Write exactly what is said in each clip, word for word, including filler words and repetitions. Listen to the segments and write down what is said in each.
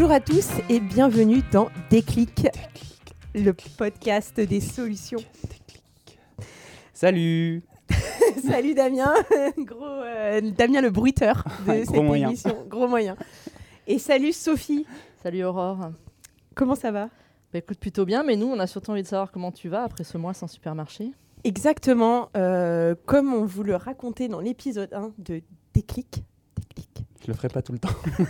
Bonjour à tous et bienvenue dans Déclic, Déclic. Le podcast des solutions. Déclic. Salut. Salut Damien, gros euh, Damien le bruiteur de ouais, cette gros moyen. émission, gros moyen. Et salut Sophie. Salut Aurore. Comment ça va ? Bah écoute, plutôt bien, mais nous, on a surtout envie de savoir comment tu vas après ce mois sans supermarché. Exactement, euh, comme on vous le racontait dans l'épisode un de Déclic. Déclic. Je le ferai pas tout le temps.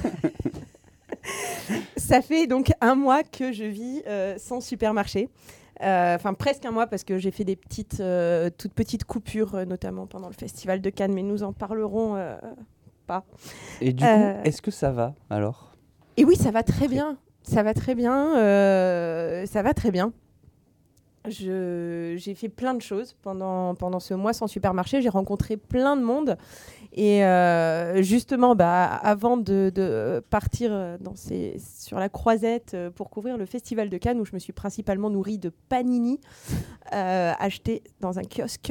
Ça fait donc un mois que je vis euh, sans supermarché. Enfin, euh, presque un mois parce que j'ai fait des petites, euh, toutes petites coupures, euh, notamment pendant le Festival de Cannes, mais nous en parlerons euh, pas. Et du Euh, coup, est-ce que ça va alors ? Et oui, ça va très bien. Ça va très bien. Euh, ça va très bien. Je, j'ai fait plein de choses pendant, pendant ce mois sans supermarché. J'ai rencontré plein de monde. Et euh, justement, bah, avant de, de partir dans ces, sur la croisette pour couvrir le Festival de Cannes, où je me suis principalement nourrie de panini euh, achetés dans un kiosque,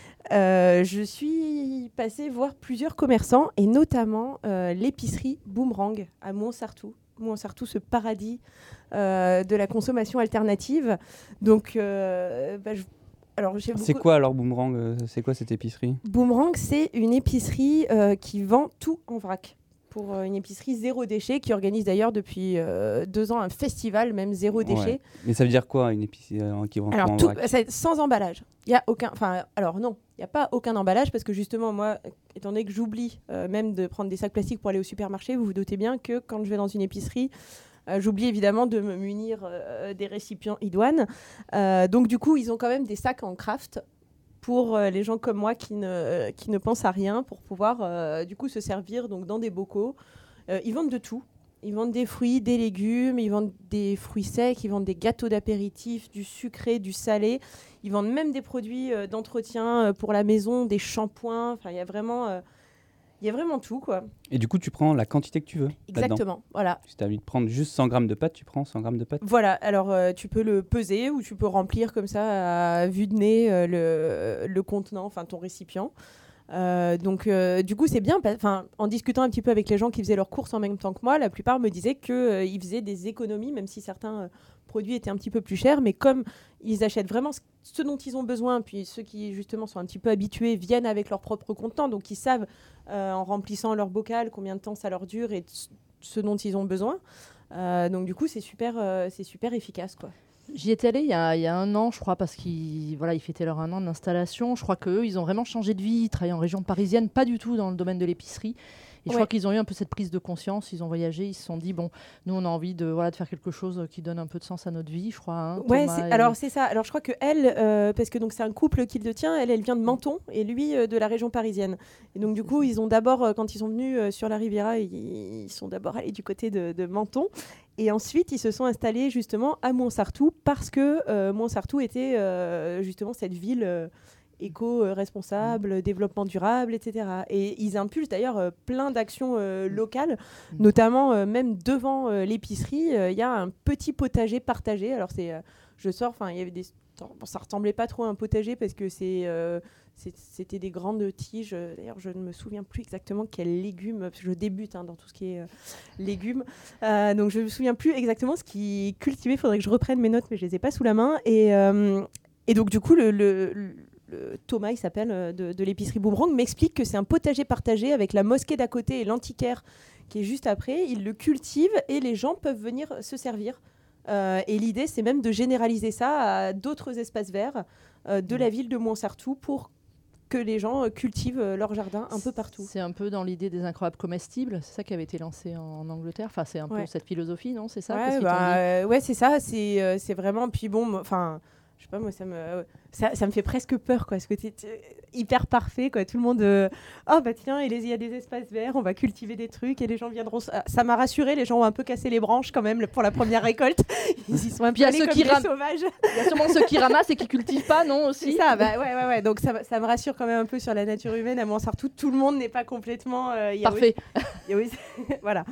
euh, je suis passée voir plusieurs commerçants, et notamment euh, l'épicerie Boomerang à Montsartou. Montsartou, ce paradis euh, de la consommation alternative. Donc, euh, bah, je... alors, j'ai C'est beaucoup... quoi alors Boomerang euh, C'est quoi cette épicerie ? Boomerang, c'est une épicerie euh, qui vend tout en vrac. Pour euh, une épicerie zéro déchet, qui organise d'ailleurs depuis euh, deux ans un festival, même zéro déchet. Ouais. Mais ça veut dire quoi, une épicerie euh, qui vend tout Alors, en tout, vrac ? c'est sans emballage. Il y a aucun... Enfin, alors non, il n'y a pas aucun emballage, parce que justement, moi, étant donné que j'oublie euh, même de prendre des sacs plastiques pour aller au supermarché, vous vous doutez bien que quand je vais dans une épicerie, Euh, j'oublie évidemment de me munir euh, des récipients idoines. Euh, donc du coup, ils ont quand même des sacs en craft pour euh, les gens comme moi qui ne, euh, qui ne pensent à rien, pour pouvoir euh, du coup se servir donc, dans des bocaux. Euh, ils vendent de tout. Ils vendent des fruits, des légumes, ils vendent des fruits secs, ils vendent des gâteaux d'apéritif, du sucré, du salé. Ils vendent même des produits euh, d'entretien euh, pour la maison, des shampoings. Enfin, il y a vraiment... Euh, Il y a vraiment tout, quoi. Et du coup, tu prends la quantité que tu veux. Exactement, là-dedans. voilà. Si tu as envie de prendre juste cent grammes de pâtes, tu prends cent grammes de pâtes. Voilà, alors euh, tu peux le peser ou tu peux remplir comme ça à vue de nez euh, le, le contenant, enfin ton récipient. Euh, donc euh, du coup c'est bien, enfin en discutant un petit peu avec les gens qui faisaient leurs courses en même temps que moi, la plupart me disaient qu'ils euh, faisaient des économies, même si certains euh, produits étaient un petit peu plus chers, mais comme ils achètent vraiment ce, ce dont ils ont besoin, puis ceux qui justement sont un petit peu habitués viennent avec leur propre contenant, donc ils savent euh, en remplissant leur bocal combien de temps ça leur dure et t- ce dont ils ont besoin. Euh, donc du coup c'est super, euh, c'est super efficace, quoi. J'y étais allée il y a, il y a un an, je crois, parce qu'ils voilà, ils fêtaient leur un an d'installation. Je crois qu'eux, ils ont vraiment changé de vie. Ils travaillaient en région parisienne, pas du tout dans le domaine de l'épicerie. Et je Ouais. crois qu'ils ont eu un peu cette prise de conscience. Ils ont voyagé, ils se sont dit, bon, nous, on a envie de, voilà, de faire quelque chose qui donne un peu de sens à notre vie, je crois. Hein, Ouais, Thomas c'est, et- alors c'est ça. Alors je crois que elle, euh, parce que donc c'est un couple qui le tient, elle, elle vient de Menton et lui euh, de la région parisienne. Et donc du coup, ils ont d'abord, euh, quand ils sont venus euh, sur la Riviera, ils, ils sont d'abord allés du côté de, de Menton. Et ensuite, ils se sont installés justement à Montsartou parce que euh, Montsartou était euh, justement cette ville euh, éco-responsable, développement durable, et cetera. Et ils impulsent d'ailleurs euh, plein d'actions euh, locales, Mm. notamment euh, même devant euh, l'épicerie, il euh, y a un petit potager partagé. Alors c'est, euh, je sors, enfin il y avait des, bon, ça ressemblait pas trop à un potager parce que c'est, euh, c'est c'était des grandes tiges. D'ailleurs, je ne me souviens plus exactement quels légumes, parce que je débute hein, dans tout ce qui est euh, légumes. Euh, donc je me souviens plus exactement ce qui est cultivé. Il faudrait que je reprenne mes notes, mais je les ai pas sous la main. Et euh, et donc du coup le, le, le le Thomas, il s'appelle, euh, de, de l'épicerie Boomerang, m'explique que c'est un potager partagé avec la mosquée d'à côté et l'antiquaire qui est juste après. Il le cultive et les gens peuvent venir se servir. Euh, et l'idée, c'est même de généraliser ça à d'autres espaces verts euh, de la ville de Montsartou pour que les gens euh, cultivent euh, leur jardin un peu partout. C'est un peu dans l'idée des incroyables comestibles. C'est ça qui avait été lancé en, en Angleterre. Enfin, c'est un Ouais. peu cette philosophie, non ? C'est ça ? Ouais, Qu'est-ce qu'ils bah, t'ont dit euh, ouais, c'est ça. C'est, euh, c'est vraiment. Puis bon, enfin. Je sais pas, moi, ça me, ça, ça me fait presque peur, quoi. Parce que c'est hyper parfait, quoi. Tout le monde, euh, oh bah tiens, il y a des espaces verts, on va cultiver des trucs et les gens viendront. Ça m'a rassuré, les gens ont un peu cassé les branches quand même pour la première récolte. Ils y sont un peu allés comme des ram... sauvages. Il y a sûrement ceux qui ramassent et qui cultivent pas, non aussi. C'est ça, bah ouais, ouais, ouais. Donc ça, ça me rassure quand même un peu sur la nature humaine à Montsartou. Tout le monde n'est pas complètement. Euh, y a Parfait. Aussi, y a aussi, voilà.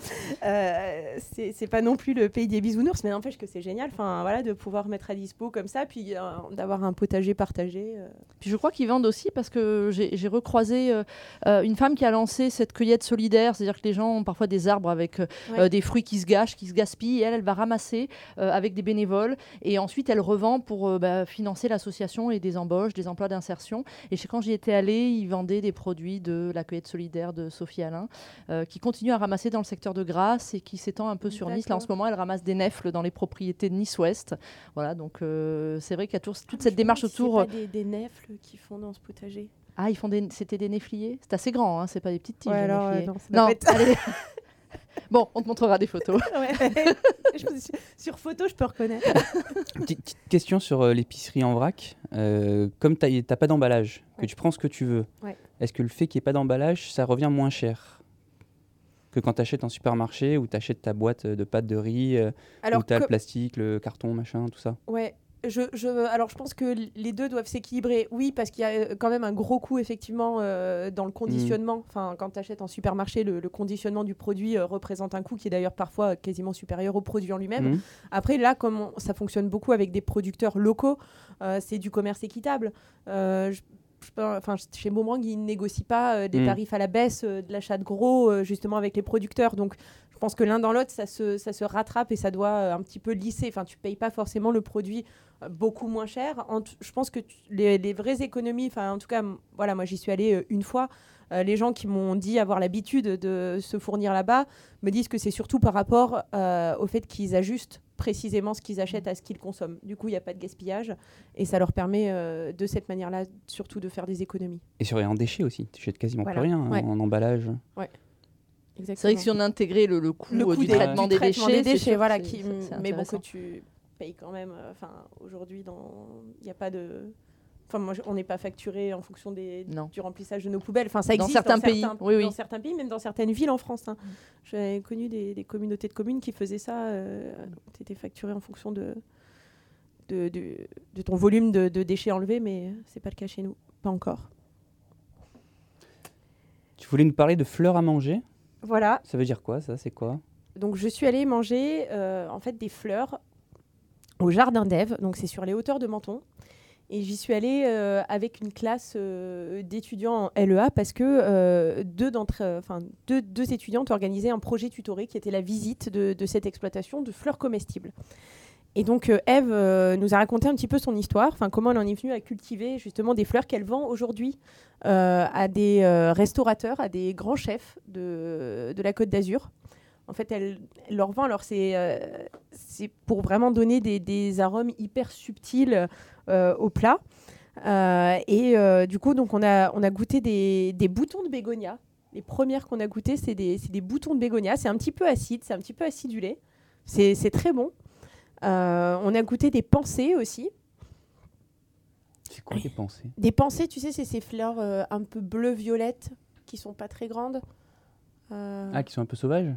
Euh, c'est, c'est pas non plus le pays des bisounours, mais n'empêche que c'est génial. Enfin voilà, de pouvoir mettre à dispo comme ça. Puis d'a- d'avoir un potager partagé. euh. Puis je crois qu'ils vendent aussi parce que j'ai j'ai recroisé euh, euh, une femme qui a lancé cette cueillette solidaire, c'est-à-dire que les gens ont parfois des arbres avec euh, Ouais. euh, des fruits qui se gâchent, qui se gaspillent, et elle, elle va ramasser euh, avec des bénévoles, et ensuite elle revend pour euh, bah, financer l'association et des embauches, des emplois d'insertion. Et je sais, quand j'y étais allée, ils vendaient des produits de la cueillette solidaire de Sophie Alain, euh, qui continue à ramasser dans le secteur de Grasse et qui s'étend un peu sur Nice. Là en ce D'accord. moment, elle ramasse des nèfles dans les propriétés de Nice-Ouest. Voilà, donc euh, c'est vrai qu'il y a tout- toute Ah, cette je me démarche demande si autour. c'est pas des, des nèfles qu'ils font dans ce potager. Ah, ils font des, c'était des néfliers. C'est assez grand, hein, c'est pas des petites tiges. Ouais, les alors, euh, néfliers. non, ça doit pas être- allez. Bon, on te montrera des photos. Ouais. Je me suis- Sur photo, je peux reconnaître. Petite, petite question sur euh, l'épicerie en vrac. Euh, comme tu n'as pas d'emballage, que Ouais. tu prends ce que tu veux, Ouais. est-ce que le fait qu'il n'y ait pas d'emballage, ça revient moins cher que quand tu achètes en supermarché ou tu achètes ta boîte de pâtes de riz, euh, Alors, où tu as co- le plastique, le carton, machin, tout ça? ouais. Je, je, alors, je pense que l- les deux doivent s'équilibrer. Oui, parce qu'il y a euh, quand même un gros coût, effectivement, euh, dans le conditionnement. Enfin, quand tu achètes en supermarché, le, le conditionnement du produit euh, représente un coût qui est d'ailleurs parfois quasiment supérieur au produit en lui-même. Mhm. Après, là, comme on- ça fonctionne beaucoup avec des producteurs locaux, euh, c'est du commerce équitable. Euh, je- je peux- Enfin, chez Boomerang, ils ne négocient pas euh, des Mm. tarifs à la baisse, euh, de l'achat de gros, euh, justement, avec les producteurs. Donc, je pense que l'un dans l'autre, ça se, ça se rattrape et ça doit euh, un petit peu lisser. Enfin, tu payes pas forcément le produit euh, beaucoup moins cher. En t- je pense que tu- les, les vraies économies, enfin, en tout cas, m- voilà, moi, j'y suis allée euh, une fois. Euh, les gens qui m'ont dit avoir l'habitude de se fournir là-bas me disent que c'est surtout par rapport euh, au fait qu'ils ajustent précisément ce qu'ils achètent à ce qu'ils consomment. Du coup, il n'y a pas de gaspillage et ça leur permet euh, de cette manière-là surtout de faire des économies. Et sur en déchets aussi, tu jettes quasiment Voilà. plus rien hein, Ouais. en emballage. Exactement. C'est vrai que si on intégrait le, le coût, le euh, coût du des, traitement, du des, traitement déchets, des c'est déchets, sûr voilà, que qui, c'est- c'est mais bon, que intéressant. tu payes quand même. Enfin, aujourd'hui, dans, il n'y a pas de. Enfin, moi, je- on n'est pas facturé en fonction des, Non. du remplissage de nos poubelles. Enfin, ça Dans existe certains pays, oui, oui. Dans certains pays, même dans certaines villes en France. Hein. J'ai connu des, des communautés de communes qui faisaient ça. Euh, tu étais facturé en fonction de, de, de, de ton volume de, de déchets enlevés, mais c'est pas le cas chez nous. Pas encore. Tu voulais nous parler de fleurs à manger. Voilà. Ça veut dire quoi, ça? C'est quoi? Donc, je suis allée manger euh, en fait des fleurs au jardin d'Ève. Donc, c'est sur les hauteurs de Menton. Et j'y suis allée euh, avec une classe euh, d'étudiants en L E A parce que euh, deux, d'entre, enfin, deux, deux étudiantes organisaient un projet tutoré qui était la visite de, de cette exploitation de fleurs comestibles. Et donc, euh, Ève euh, nous a raconté un petit peu son histoire, enfin, comment elle en est venue à cultiver justement des fleurs qu'elle vend aujourd'hui euh, à des euh, restaurateurs, à des grands chefs de, de la Côte d'Azur. En fait, elle, elle leur vend, alors c'est, euh, c'est pour vraiment donner des, des arômes hyper subtils euh, au plat. Euh, et euh, du coup, donc on a, on a goûté des, des boutons de bégonia. Les premières qu'on a goûtées, c'est des, c'est des boutons de bégonia. C'est un petit peu acide, c'est un petit peu acidulé. C'est, c'est très bon. Euh, on a goûté des pensées aussi. C'est quoi les pensées? Des pensées, tu sais, c'est ces fleurs euh, un peu bleu-violette qui sont pas très grandes. Euh, Ah, qui sont un peu sauvages?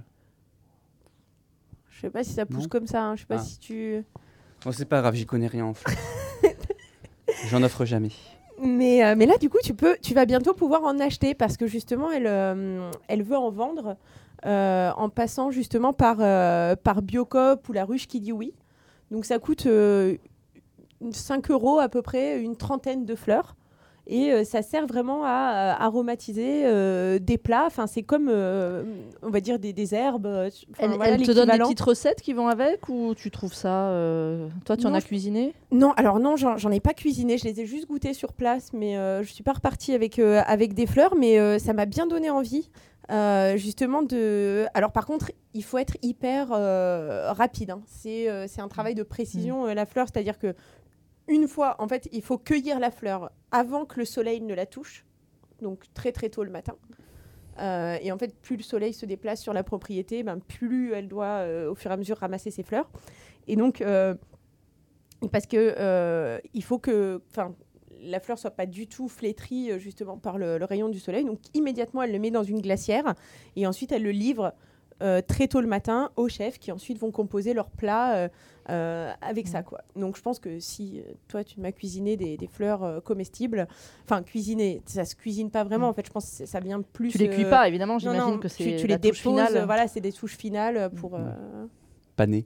Je sais pas si ça pousse Non. comme ça. Hein. Je sais pas Ah. si tu. Bon, c'est pas grave, j'y connais rien en fleurs. J'en offre jamais. Mais, euh, mais là, du coup, tu, peux, tu vas bientôt pouvoir en acheter parce que justement, elle, euh, elle veut en vendre euh, en passant justement par, euh, par Biocop ou la ruche qui dit oui. Donc ça coûte euh, cinq euros à peu près, une trentaine de fleurs. Et euh, ça sert vraiment à euh, aromatiser euh, des plats. Enfin, c'est comme, euh, on va dire, des, des herbes. euh, enfin, Elle, voilà, elle te donne des l'équivalent. petites recettes qui vont avec, ou tu trouves ça euh, Toi, tu en Non, as je- cuisiné? Non, alors non, j'en, j'en ai pas cuisiné. Je les ai juste goûtées sur place, mais euh, je suis pas repartie avec, euh, avec des fleurs. Mais euh, ça m'a bien donné envie, euh, justement de. Alors par contre, il faut être hyper euh, rapide. Hein. C'est, euh, c'est un travail de précision euh, la fleur, c'est-à-dire que une fois, en fait, il faut cueillir la fleur avant que le soleil ne la touche, donc très très tôt le matin. Euh, et en fait, plus le soleil se déplace sur la propriété, ben, plus elle doit, euh, au fur et à mesure, ramasser ses fleurs. Et donc, euh, parce que euh, il faut que, enfin, la fleur soit pas du tout flétrie euh, justement par le, le rayon du soleil. Donc, immédiatement, elle le met dans une glacière et ensuite, elle le livre euh, très tôt le matin aux chefs qui ensuite vont composer leur plat euh, euh, avec ça, quoi. Donc, je pense que si euh, toi, tu m'as cuisiné des, des fleurs euh, comestibles, enfin, cuisiner, ça se cuisine pas vraiment. En fait, je pense que ça vient plus. Tu les cuis euh, pas, évidemment, non, j'imagine non, que c'est tu, tu la les touche déposes. finale. Voilà, c'est des touches finales pour. Mhm. euh, Pané.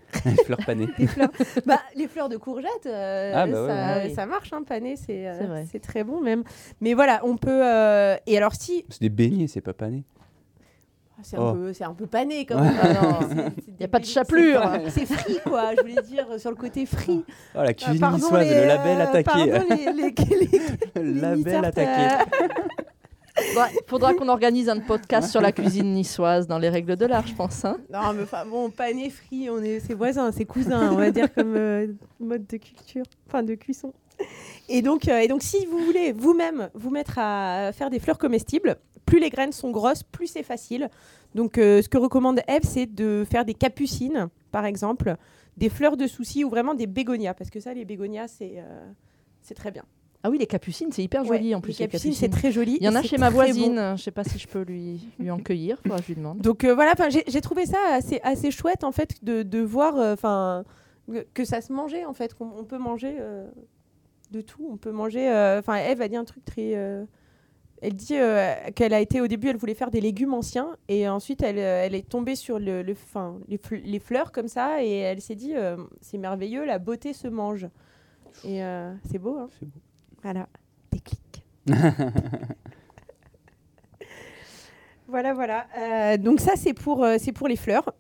Les fleurs panées. Les fleurs, bah, les fleurs de courgettes, euh, Ah, bah ouais, ça, ouais. ça marche, hein, pané, c'est, euh, C'est vrai. c'est très bon même. Mais voilà, on peut. euh, Et alors, si. C'est des beignets, c'est pas pané. C'est Oh. un, peu, c'est un peu pané quand Ouais. même. Ah non, C'est- c'est y a des pas de beignets- chapelure. C'est, c'est frit, quoi. Je voulais dire sur le côté frit. Oh, la Ah, cuisine pardon, niçoise, les, le label euh, attaqué. Pardon, les, les, les, Le les label Niçards, attaqué. euh, Faudra, faudra qu'on organise un podcast sur la cuisine niçoise dans les règles de l'art, je pense. Hein. Non, mais enfin, bon, pané, frit, on est ses voisins, ses cousins, on va dire, comme euh, mode de culture, enfin de cuisson. Et donc, euh, et donc, si vous voulez vous-même vous mettre à faire des fleurs comestibles, plus les graines sont grosses, plus c'est facile. Donc, euh, ce que recommande Eve, c'est de faire des capucines, par exemple, des fleurs de souci ou vraiment des bégonias, parce que ça, les bégonias, c'est, euh, c'est très bien. Ah oui, les capucines, c'est hyper joli Ouais, en plus. les capucines, c'est très joli. Il y en et a c'est chez ma très voisine. bon. Je sais pas si je peux lui, lui en cueillir. Faudra que je lui demande. Donc euh, voilà, j'ai, j'ai trouvé ça assez, assez chouette en fait de, de voir enfin que ça se mangeait en fait, qu'on on peut manger euh, de tout. On peut manger. Enfin, Eve a dit un truc très. Euh, elle dit euh, qu'elle a été au début, elle voulait faire des légumes anciens et ensuite elle, euh, elle est tombée sur le, le, fin, les, fle- les fleurs comme ça et elle s'est dit euh, c'est merveilleux, la beauté se mange. Et euh, c'est beau, hein. C'est beau. Voilà, déclic. Voilà, voilà. Euh, donc ça, c'est pour, euh, c'est pour les fleurs.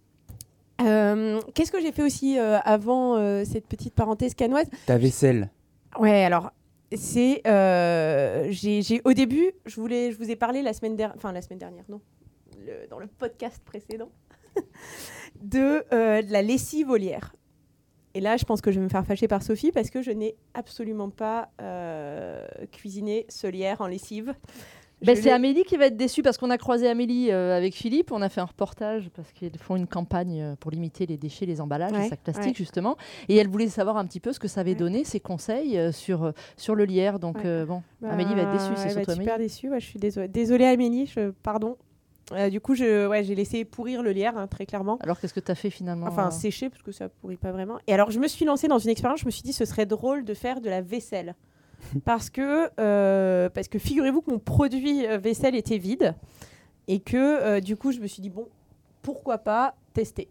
Euh, qu'est-ce que j'ai fait aussi euh, avant euh, cette petite parenthèse canoise ? Ta vaisselle. Ouais, alors, c'est... euh, j'ai, j'ai, au début, je, voulais, je vous ai parlé la semaine dernière... Enfin, la semaine dernière, non. Le, dans le podcast précédent. de, euh, de la lessive au lierre. Et là, je pense que je vais me faire fâcher par Sophie parce que je n'ai absolument pas euh, cuisiné ce lierre en lessive. Ben, Je c'est l'ai- Amélie qui va être déçue parce qu'on a croisé Amélie euh, avec Philippe. On a fait un reportage parce qu'ils font une campagne euh, pour limiter les déchets, les emballages, Ouais, les sacs plastiques, ouais. justement. Et elle voulait savoir un petit peu ce que ça avait Ouais. donné, ses conseils euh, sur, euh, sur le lierre. Donc, Ouais. euh, bon, Bah, Amélie va être déçue, c'est elle va surtout être super Amélie. déçue. Ouais, je suis désolée. Désolée Amélie, je... pardon. Euh, du coup, je... ouais, j'ai laissé pourrir le lierre, hein, très clairement. Alors, qu'est-ce que tu as fait finalement Enfin, euh sécher, parce que ça pourrit pas vraiment. Et alors, je me suis lancée dans une expérience, je me suis dit, ce serait drôle de faire de la vaisselle. parce, que, euh, parce que figurez-vous que mon produit euh, vaisselle était vide. Et que, euh, du coup, je me suis dit, bon, pourquoi pas tester.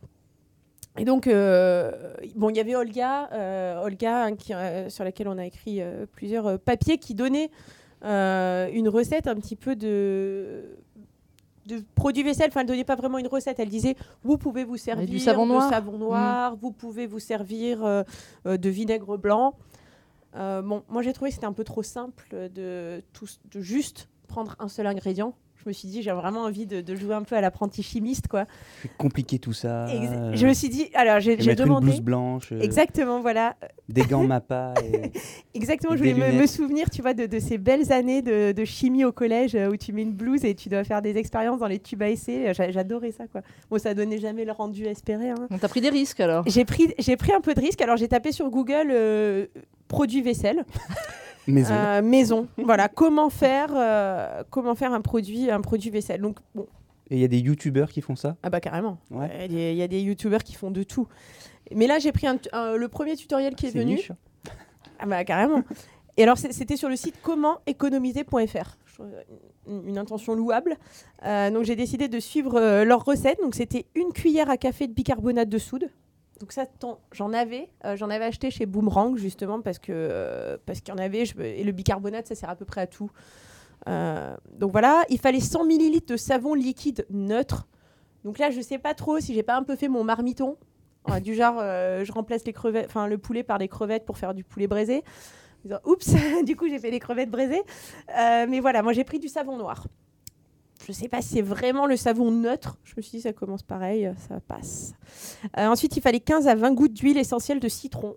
Et donc, euh, bon, il y avait Olga, euh, Olga hein, qui, euh, sur laquelle on a écrit euh, plusieurs euh, papiers qui donnait euh, une recette un petit peu de... de produits vaisselle, enfin elle ne donnait pas vraiment une recette, elle disait vous pouvez vous servir du savon noir. de savon noir, mmh. vous pouvez vous servir euh, euh, de vinaigre blanc. Euh, bon, moi j'ai trouvé que c'était un peu trop simple de, tout, de juste prendre un seul ingrédient. Je me suis dit j'ai vraiment envie de, de jouer un peu à l'apprenti chimiste quoi. C'est compliqué tout ça. Ex- euh, je me suis dit alors j'ai, et j'ai mettre demandé une blouse blanche. euh, exactement voilà Des gants Mappa. Et... exactement et je voulais des me, lunettes. me souvenir tu vois de, de ces belles années de, de chimie au collège euh, où tu mets une blouse et tu dois faire des expériences dans les tubes à essai. J'a- j'adorais ça quoi. Bon ça donnait jamais le rendu espéré hein. On t'a pris des risques alors. j'ai pris j'ai pris un peu de risque alors j'ai tapé sur Google euh, produits vaisselle Maison. euh, maison voilà comment faire euh, comment faire un produit un produit vaisselle donc bon Et il y a des youtubeurs qui font ça. ah bah carrément Ouais. il y, a- y a des youtubeurs qui font de tout mais là j'ai pris un, un- le premier tutoriel qui est, C'est venu niche. ah bah carrément et alors c'est- c'était sur le site comment économiser point f r. Je trouve une, une intention louable. Euh, donc j'ai décidé de suivre euh, leur recette. Donc c'était une cuillère à café de bicarbonate de soude. Donc ça, tant- j'en avais, euh, j'en avais acheté chez Boomerang justement parce que euh, parce qu'il y en avait. Je- et le bicarbonate, ça sert à peu près à tout. Euh, donc voilà, il fallait cent millilitres de savon liquide neutre. Donc là, je sais pas trop si j'ai pas un peu fait mon marmiton. Euh, du genre, euh, je remplace les crevettes, enfin le poulet par des crevettes pour faire du poulet braisé. Disant, oups, du coup j'ai fait des crevettes braisées. Euh, mais voilà, moi j'ai pris du savon noir. Je sais pas si c'est vraiment le savon neutre. Je me suis dit ça commence pareil, ça passe. Euh, ensuite, il fallait quinze à vingt gouttes d'huile essentielle de citron.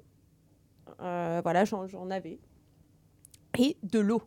Euh, voilà, j'en, j'en avais. Et de l'eau.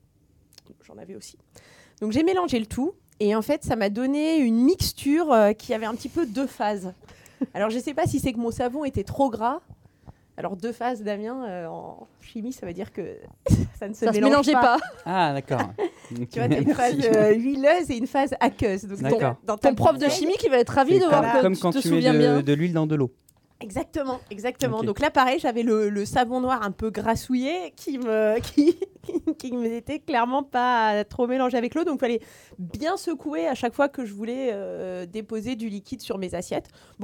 J'en avais aussi. Donc j'ai mélangé le tout. Et en fait, ça m'a donné une mixture euh, qui avait un petit peu deux phases. Alors je sais pas si c'est que mon savon était trop gras. Alors deux phases, Damien, euh, en chimie, ça veut dire que ça ne se Ça se mélange mélangeait pas. pas. Ah, d'accord. Tu vois, tu as une phase euh, huileuse et une phase aqueuse. Donc, D'accord. dans- dans ta Ton prof de bouteille- chimie qui va être ravi C'est de comme, voir que comme tu quand te tu mets souviens de, bien. de l'huile dans de l'eau. Exactement, exactement. Ok. Donc là, pareil, j'avais le, le savon noir un peu grassouillé qui me, qui, qui me était clairement pas trop mélangé avec l'eau. Donc il fallait bien secouer à chaque fois que je voulais euh, déposer du liquide sur mes assiettes. Bon,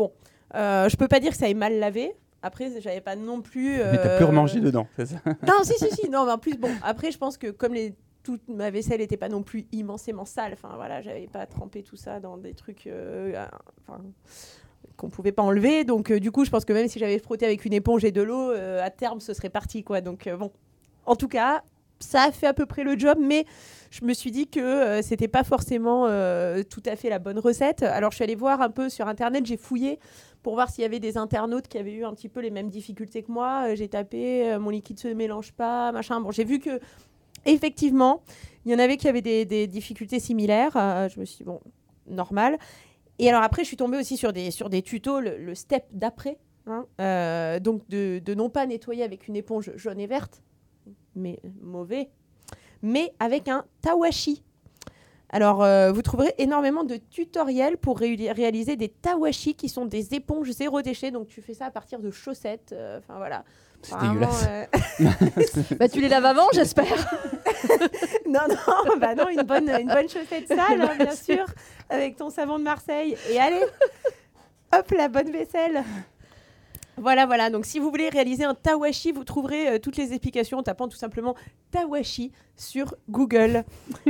Euh, je peux pas dire que ça ait mal lavé. Après, j'avais pas non plus. Euh... Mais t'as plus remangé dedans, c'est ça? Non, si, si, si. Non, mais en plus, bon, après, je pense que comme les... toute ma vaisselle n'était pas non plus immensément sale, enfin voilà, j'avais pas trempé tout ça dans des trucs euh, enfin, qu'on pouvait pas enlever. Donc, euh, du coup, je pense que même si j'avais frotté avec une éponge et de l'eau, euh, à terme, ce serait parti, quoi. Donc, euh, bon. En tout cas, ça a fait à peu près le job, mais je me suis dit que euh, c'était pas forcément euh, tout à fait la bonne recette. Alors, je suis allée voir un peu sur Internet, j'ai fouillé pour voir s'il y avait des internautes qui avaient eu un petit peu les mêmes difficultés que moi. Euh, j'ai tapé euh, « mon liquide se mélange pas », machin. Bon, j'ai vu que, effectivement, il y en avait qui avaient des, des difficultés similaires. Euh, je me suis dit, bon, normal. Et alors après, je suis tombée aussi sur des, sur des tutos, le, le step d'après. Hein, euh, donc, de, de non pas nettoyer avec une éponge jaune et verte, mais mauvais, mais avec un tawashi. Alors, euh, vous trouverez énormément de tutoriels pour ré- réaliser des tawashi qui sont des éponges zéro déchet. Donc, tu fais ça à partir de chaussettes. Enfin, euh, voilà. C'est Apparemment, dégueulasse. euh... Bah, tu les laves avant, j'espère. non, non, bah non, une bonne, une bonne chaussette sale, hein, bien sûr, avec ton savon de Marseille. Et allez, hop, la bonne vaisselle. Voilà, voilà. Donc, si vous voulez réaliser un tawashi, vous trouverez euh, toutes les explications en tapant tout simplement tawashi sur Google.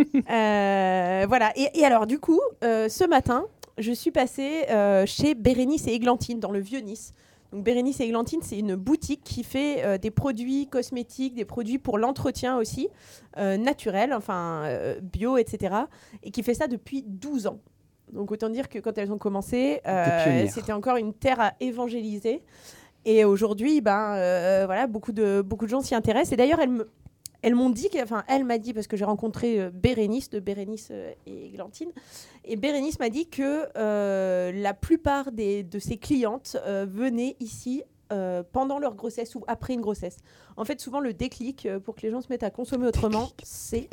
euh, voilà. Et, et alors, du coup, euh, ce matin, je suis passée euh, chez Bérénice et Églantine, dans le Vieux-Nice. Donc, Bérénice et Églantine, c'est une boutique qui fait euh, des produits cosmétiques, des produits pour l'entretien aussi, euh, naturels, enfin, euh, bio, et cetera. Et qui fait ça depuis douze ans. Donc, autant dire que quand elles ont commencé, euh, c'était encore une terre à évangéliser. Et aujourd'hui, ben, euh, voilà, beaucoup de, beaucoup de gens s'y intéressent. Et d'ailleurs, elles, me, elles m'ont dit, enfin, elle m'a dit, parce que j'ai rencontré euh, Bérénice, de Bérénice euh, et Églantine, et Bérénice m'a dit que euh, la plupart des, de ses clientes euh, venaient ici euh, pendant leur grossesse ou après une grossesse. En fait, souvent, le déclic euh, pour que les gens se mettent à consommer autrement, c'est...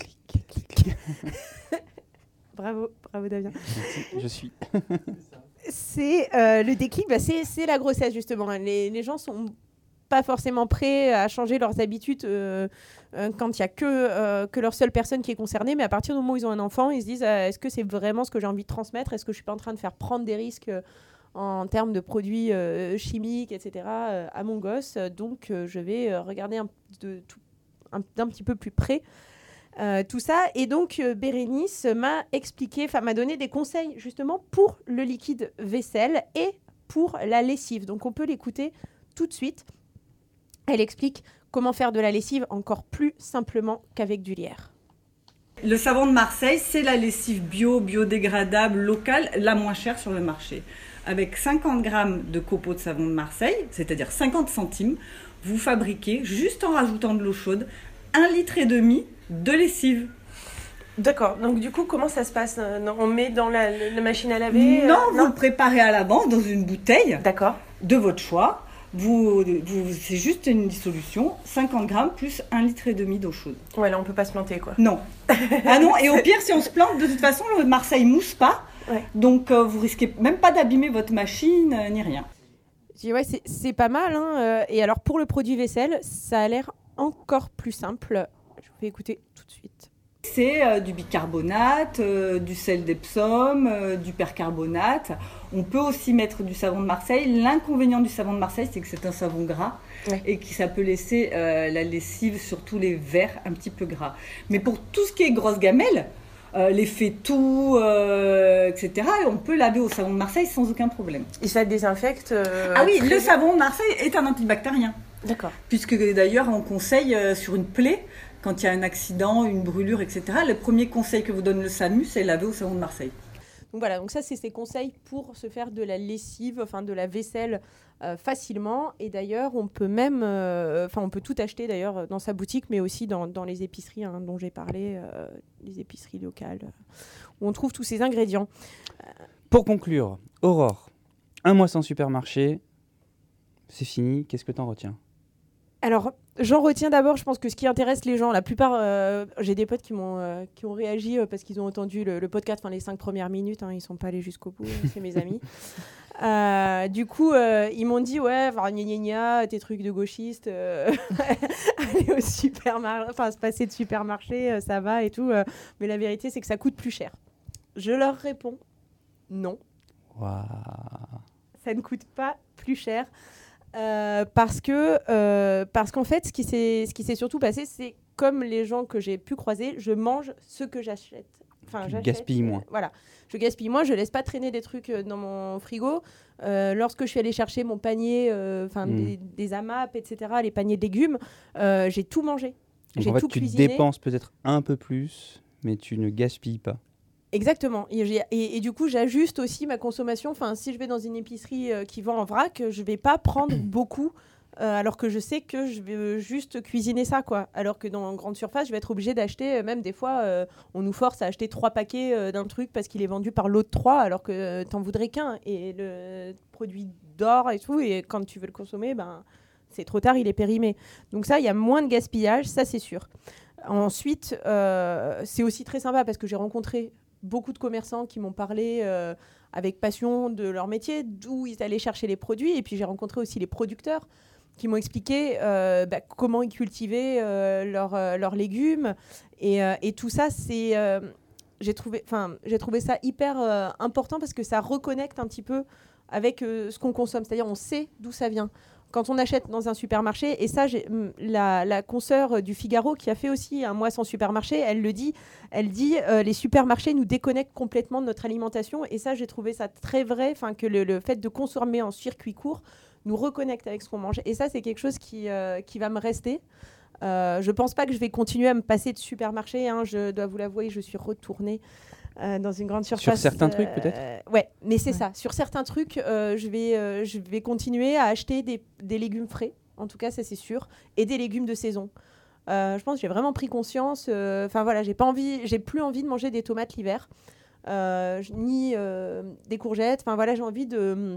Bravo, bravo Damien. Je suis. c'est euh, le déclic, bah, c'est, c'est la grossesse justement. Les, les gens sont pas forcément prêts à changer leurs habitudes euh, euh, quand il y a que euh, que leur seule personne qui est concernée. Mais à partir du moment où ils ont un enfant, ils se disent euh, est-ce que c'est vraiment ce que j'ai envie de transmettre? Est-ce que je suis pas en train de faire prendre des risques euh, en termes de produits euh, chimiques, et cetera euh, à mon gosse? Donc euh, je vais euh, regarder un, de, tout, un, d'un petit peu plus près. Euh, tout ça. Et donc, euh, Bérénice m'a expliqué, enfin, m'a donné des conseils justement pour le liquide vaisselle et pour la lessive. Donc, on peut l'écouter tout de suite. Elle explique comment faire de la lessive encore plus simplement qu'avec du lierre. Le savon de Marseille, c'est la lessive bio, biodégradable, locale, la moins chère sur le marché. Avec cinquante grammes de copeaux de savon de Marseille, c'est-à-dire cinquante centimes, vous fabriquez, juste en rajoutant de l'eau chaude, un litre et demi de lessive. D'accord. Donc du coup, comment ça se passe? On met dans la, la machine à laver? Non, euh, vous non. le préparez à l'avance dans une bouteille. D'accord. De votre choix. Vous, vous, c'est juste une dissolution, cinquante grammes plus un litre et demi d'eau chaude. Ouais, là on peut pas se planter quoi. Non. Ah non, et au pire, si on se plante, de toute façon, le Marseille mousse pas. Ouais. Donc euh, vous risquez même pas d'abîmer votre machine euh, ni rien. Ouais, c'est, c'est pas mal. Hein. Et alors pour le produit vaisselle, ça a l'air encore plus simple. Je vous fais écouter tout de suite. C'est euh, du bicarbonate, euh, du sel d'Epsom, euh, du percarbonate. On peut aussi mettre du savon de Marseille. L'inconvénient du savon de Marseille, c'est que c'est un savon gras ouais. et que ça peut laisser euh, la lessive sur tous les verres un petit peu gras. Mais pour tout ce qui est grosse gamelle, euh, les fétous, euh, et cetera, on peut laver au savon de Marseille sans aucun problème. Et ça désinfecte euh, Ah oui, le savon de Marseille est un antibactérien. D'accord. Puisque d'ailleurs, on conseille euh, sur une plaie, quand il y a un accident, une brûlure, et cetera, le premier conseil que vous donne le SAMU, c'est laver au savon de Marseille. Donc voilà, donc ça c'est ses conseils pour se faire de la lessive, enfin de la vaisselle euh, facilement. Et d'ailleurs, on peut même, enfin euh, on peut tout acheter d'ailleurs dans sa boutique, mais aussi dans, dans les épiceries hein, dont j'ai parlé, euh, les épiceries locales, euh, où on trouve tous ces ingrédients. Pour conclure, Aurore, un mois sans supermarché, c'est fini. Qu'est-ce que t'en retiens? Alors, j'en retiens d'abord, je pense que ce qui intéresse les gens, la plupart, euh, j'ai des potes qui m'ont, euh, qui ont réagi euh, parce qu'ils ont entendu le, le podcast, enfin les cinq premières minutes, hein, ils ne sont pas allés jusqu'au bout, c'est mes amis. Euh, du coup, euh, ils m'ont dit, ouais, gna gna gna, tes trucs de gauchistes, euh, aller au supermarché, enfin se passer de supermarché, euh, ça va et tout, euh, mais la vérité, c'est que ça coûte plus cher. Je leur réponds, non. Wow. ça ne coûte pas plus cher. Euh, parce que euh, parce qu'en fait, ce qui s'est ce qui s'est surtout passé, c'est comme les gens que j'ai pu croiser, je mange ce que j'achète. Enfin, Tu j'achète, gaspilles euh, moins. Voilà, je gaspille moins, je laisse pas traîner des trucs euh, dans mon frigo. Euh, lorsque je suis allée chercher mon panier, enfin Mm. des, des A M A P, et cetera, les paniers de légumes, euh, j'ai tout mangé. Donc, J'ai en fait, tout tu cuisiné. dépenses peut-être un peu plus, mais tu ne gaspilles pas. Exactement. Et, j'ai- et- et du coup, j'ajuste aussi ma consommation. Enfin, si je vais dans une épicerie euh, qui vend en vrac, je vais pas prendre beaucoup, euh, alors que je sais que je vais euh, juste cuisiner ça, quoi. Alors que dans une grande surface, je vais être obligée d'acheter, euh, même des fois, euh, on nous force à acheter trois paquets euh, d'un truc parce qu'il est vendu par lot de trois, alors que euh, t'en voudrais qu'un. Et le produit dort et tout, et quand tu veux le consommer, ben, c'est trop tard, il est périmé. Donc ça, il y a moins de gaspillage, ça c'est sûr. Ensuite, euh, c'est aussi très sympa parce que j'ai rencontré beaucoup de commerçants qui m'ont parlé euh, avec passion de leur métier, d'où ils allaient chercher les produits. Et puis j'ai rencontré aussi les producteurs qui m'ont expliqué euh, bah, comment ils cultivaient euh, leurs euh, leurs légumes. Et, euh, et tout ça, c'est, euh, j'ai trouvé, enfin, j'ai trouvé ça hyper euh, important parce que ça reconnecte un petit peu avec euh, ce qu'on consomme. C'est-à-dire, on sait d'où ça vient. Quand on achète dans un supermarché, et ça, j'ai, hum, la, la consoeur du Figaro qui a fait aussi un mois sans supermarché, elle le dit, elle dit euh, les supermarchés nous déconnectent complètement de notre alimentation. Et ça, j'ai trouvé ça très vrai, enfin que le, le fait de consommer en circuit court nous reconnecte avec ce qu'on mange. Et ça, c'est quelque chose qui, euh, qui va me rester. Euh, je pense pas que je vais continuer à me passer de supermarché. Hein, je dois vous l'avouer, je suis retournée euh, dans une grande surface. Sur certains trucs, euh, peut-être Ouais, mais c'est Ouais. ça. Sur certains trucs, euh, je, vais, euh, je vais continuer à acheter des, des légumes frais. En tout cas, ça c'est sûr. Et des légumes de saison. Euh, je pense que j'ai vraiment pris conscience. Enfin voilà, j'ai pas envie, j'ai plus envie de manger des tomates l'hiver, euh, ni euh, des courgettes. Enfin voilà, j'ai envie de,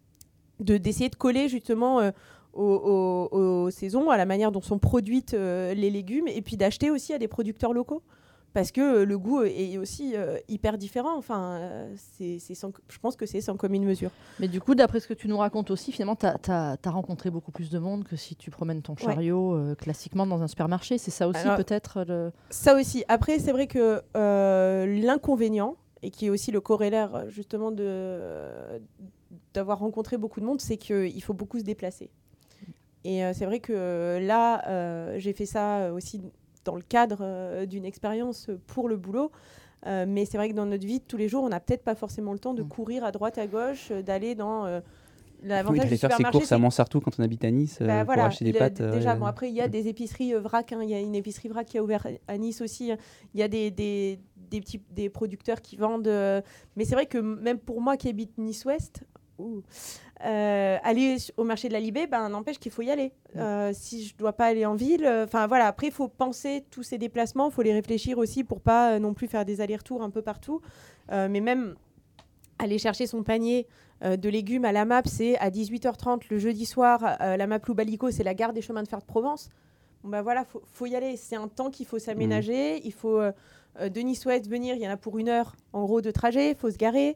de d'essayer de coller justement euh, aux, aux- aux saisons, à la manière dont sont produites euh, les légumes, et puis d'acheter aussi à des producteurs locaux. Parce que euh, le goût est aussi euh, hyper différent. Enfin, euh, c'est, c'est sans- je pense que c'est sans commune mesure. Mais du coup, d'après ce que tu nous racontes aussi, finalement, tu as rencontré beaucoup plus de monde que si tu promènes ton chariot euh, classiquement dans un supermarché. C'est ça aussi, Alors, peut-être le... Ça aussi. Après, c'est vrai que euh, l'inconvénient, et qui est aussi le corollaire justement de, d'avoir rencontré beaucoup de monde, c'est qu'il faut beaucoup se déplacer. Et euh, c'est vrai que là, euh, j'ai fait ça aussi dans le cadre euh, d'une expérience pour le boulot. Euh, mais c'est vrai que dans notre vie de tous les jours, on n'a peut-être pas forcément le temps de Mm. courir à droite, à gauche, euh, d'aller dans... Euh, Oui, l'avantage d'aller du faire ses supermarché, courses à c'est- Montsartou quand on habite à Nice euh, bah, pour voilà, acheter des le- pâtes. d- euh, déjà, euh, bon, après, il y a des épiceries euh, vrac. hein. Il y a une épicerie vrac qui a ouvert à Nice aussi. hein. Il y a des, des, des, petits, des producteurs qui vendent. euh, mais c'est vrai que m- même pour moi qui habite Nice-Ouest, ouh, euh, aller s- au marché de la Libé, ben, n'empêche qu'il faut y aller. Euh, si je ne dois pas aller en ville, enfin voilà, après, il faut penser tous ces déplacements, il faut les réfléchir aussi pour pas euh, non plus faire des allers-retours un peu partout. Euh, mais même aller chercher son panier euh, de légumes à la M A P, c'est à dix-huit heures trente le jeudi soir. Euh, la M A P Loup-Balico, c'est la gare des chemins de fer de Provence. Bon, bah voilà, faut, faut y aller. C'est un temps qu'il faut s'aménager. Il faut euh, euh, de Nice-Ouest venir. Il y en a pour une heure, en gros, de trajet. Il faut se garer.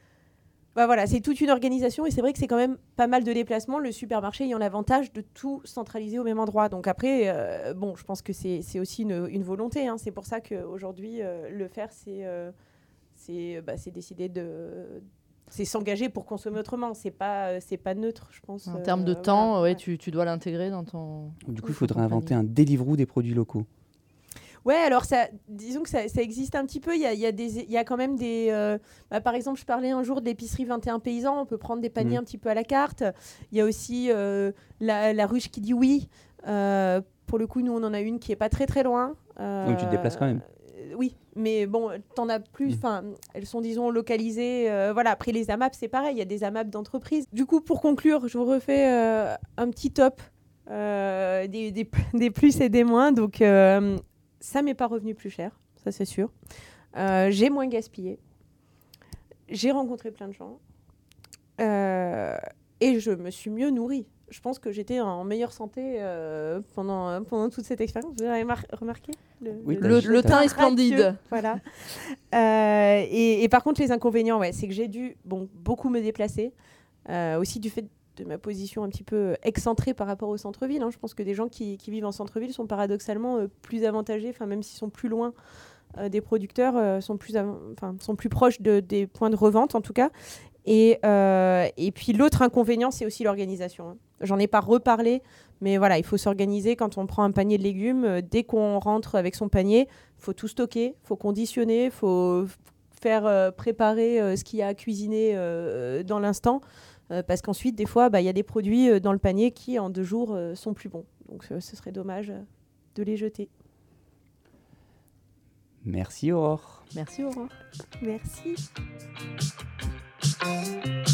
Bah voilà, c'est toute une organisation. Et c'est vrai que c'est quand même pas mal de déplacements. Le supermarché ayant l'avantage de tout centraliser au même endroit. Donc après, euh, bon, je pense que c'est c'est aussi une, une volonté. hein. C'est pour ça qu'aujourd'hui, euh, le faire, c'est... euh, c'est bah, c'est décider de c'est s'engager pour consommer autrement, c'est pas euh, c'est pas neutre, je pense. En euh, termes de voilà, temps, ouais, ouais. Tu, tu dois l'intégrer dans ton... Du coup, il dans faudrait ton inventer panier. un Deliveroo des produits locaux. Ouais, alors ça, disons que ça, ça existe un petit peu. Il y a, il y a des, il y a quand même des. euh, bah, par exemple, je parlais un jour de l'épicerie vingt et un paysans. On peut prendre des paniers Mhm. un petit peu à la carte. Il y a aussi euh, la, la ruche qui dit oui. Euh, pour le coup, nous, on en a une qui est pas très très loin. Euh, Oui, tu te déplaces quand même. euh, Oui, mais bon, t'en as plus. Mhm. Enfin, elles sont disons localisées. euh, voilà. Après les A M A P, c'est pareil. Il y a des A M A P d'entreprise. Du coup, pour conclure, je vous refais euh, un petit top euh, des, des, des plus et des moins. Donc euh, ça m'est pas revenu plus cher, ça c'est sûr. Euh, j'ai moins gaspillé. J'ai rencontré plein de gens. Euh, et je me suis mieux nourrie. Je pense que j'étais en meilleure santé euh, pendant, pendant toute cette expérience. Vous avez mar- remarqué le, Oui, Le, le teint est splendide. radieux, voilà. Euh, et, et par contre, les inconvénients, ouais, c'est que j'ai dû bon, beaucoup me déplacer. Euh, aussi du fait de ma position un petit peu excentrée par rapport au centre-ville. hein. Je pense que des gens qui, qui vivent en centre-ville sont paradoxalement euh, plus avantagés, même s'ils sont plus loin euh, des producteurs, euh, sont, plus av- sont plus proches de, des points de revente en tout cas. Et, euh, et puis l'autre inconvénient, c'est aussi l'organisation. Hein. J'en ai pas reparlé, mais voilà, il faut s'organiser quand on prend un panier de légumes. Euh, dès qu'on rentre avec son panier, il faut tout stocker, il faut conditionner, il faut faire euh, préparer euh, ce qu'il y a à cuisiner euh, dans l'instant. Euh, parce qu'ensuite, des fois, bah, y a des produits euh, dans le panier qui, en deux jours, euh, sont plus bons. Donc euh, ce serait dommage euh, de les jeter. Merci Aurore. Merci Aurore. Merci.